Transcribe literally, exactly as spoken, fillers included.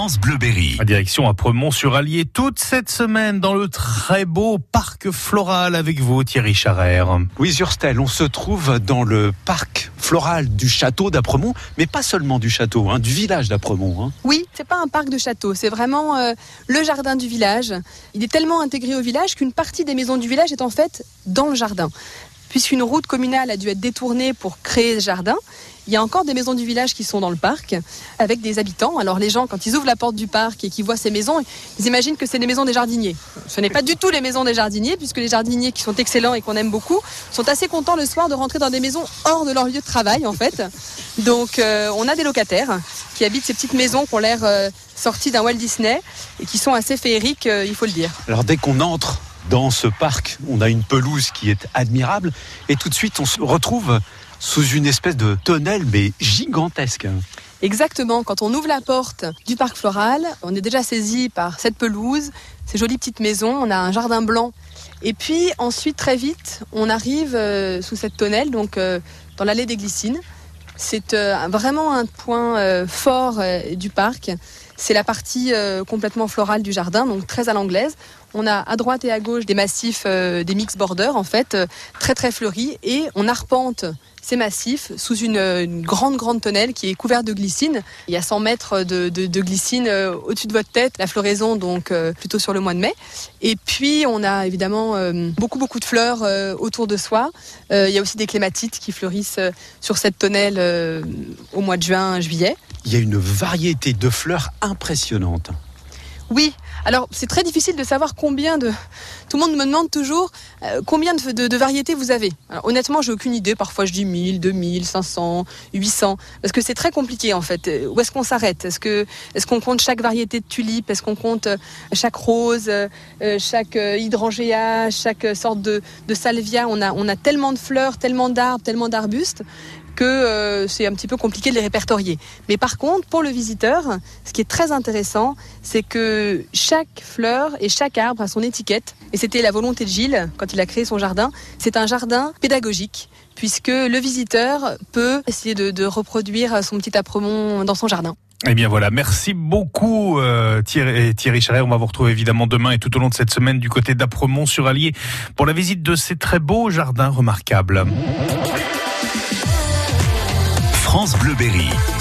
France Bleu Berry. Direction Apremont-sur-Allier toute cette semaine dans le très beau parc floral avec vous, Thierry Charrère. Oui, Zurstel, on se trouve dans le parc floral du château d'Apremont, mais pas seulement du château, hein, du village d'Apremont. Hein. Oui, c'est pas un parc de château, c'est vraiment euh, le jardin du village. Il est tellement intégré au village qu'une partie des maisons du village est en fait dans le jardin. Puisqu'une route communale a dû être détournée pour créer ce jardin, il y a encore des maisons du village qui sont dans le parc avec des habitants. Alors les gens, quand ils ouvrent la porte du parc et qu'ils voient ces maisons, ils imaginent que c'est les maisons des jardiniers. Ce n'est pas du tout les maisons des jardiniers, puisque les jardiniers qui sont excellents et qu'on aime beaucoup sont assez contents le soir de rentrer dans des maisons hors de leur lieu de travail en fait. Donc euh, on a des locataires qui habitent ces petites maisons qui ont l'air euh, sorties d'un Walt Disney et qui sont assez féeriques, euh, il faut le dire. Alors dès qu'on entre dans ce parc, on a une pelouse qui est admirable et tout de suite on se retrouve sous une espèce de tonnelle mais gigantesque. Exactement, quand on ouvre la porte du parc floral, on est déjà saisi par cette pelouse, ces jolies petites maisons, on a un jardin blanc. Et puis ensuite très vite, on arrive euh, sous cette tonnelle, donc euh, dans l'allée des Glycines. C'est euh, vraiment un point euh, fort euh, du parc. C'est la partie euh, complètement florale du jardin, donc très à l'anglaise. On a à droite et à gauche des massifs, euh, des mix borders en fait, euh, très très fleuris. Et on arpente ces massifs sous une, une grande grande tonnelle qui est couverte de glycines. Il y a cent mètres de, de, de glycines euh, au-dessus de votre tête, la floraison donc euh, plutôt sur le mois de mai. Et puis on a évidemment euh, beaucoup beaucoup de fleurs euh, autour de soi. Euh, il y a aussi des clématites qui fleurissent euh, sur cette tonnelle euh, au mois de juin, juillet. Il y a une variété de fleurs impressionnante. Oui, alors c'est très difficile de savoir combien de... Tout le monde me demande toujours euh, combien de, de, de variétés vous avez. Alors, honnêtement, j'ai aucune idée. Parfois, je dis mille, deux mille, cinq cents, huit cents. Parce que c'est très compliqué, en fait. Où est-ce qu'on s'arrête ? Est-ce que, est-ce qu'on compte chaque variété de tulipe ? Est-ce qu'on compte euh, chaque rose, euh, chaque euh, hydrangea, chaque sorte de, de salvia ? On a, on a tellement de fleurs, tellement d'arbres, tellement d'arbustes que euh, c'est un petit peu compliqué de les répertorier. Mais par contre, pour le visiteur, ce qui est très intéressant, c'est que chaque fleur et chaque arbre a son étiquette. Et c'était la volonté de Gilles, quand il a créé son jardin. C'est un jardin pédagogique, puisque le visiteur peut essayer de, de reproduire son petit Apremont dans son jardin. Eh bien voilà, merci beaucoup euh, Thierry, Thierry Charrère. On va vous retrouver évidemment demain et tout au long de cette semaine du côté d'Apremont-sur-Allier pour la visite de ces très beaux jardins remarquables. France Bleu Berry.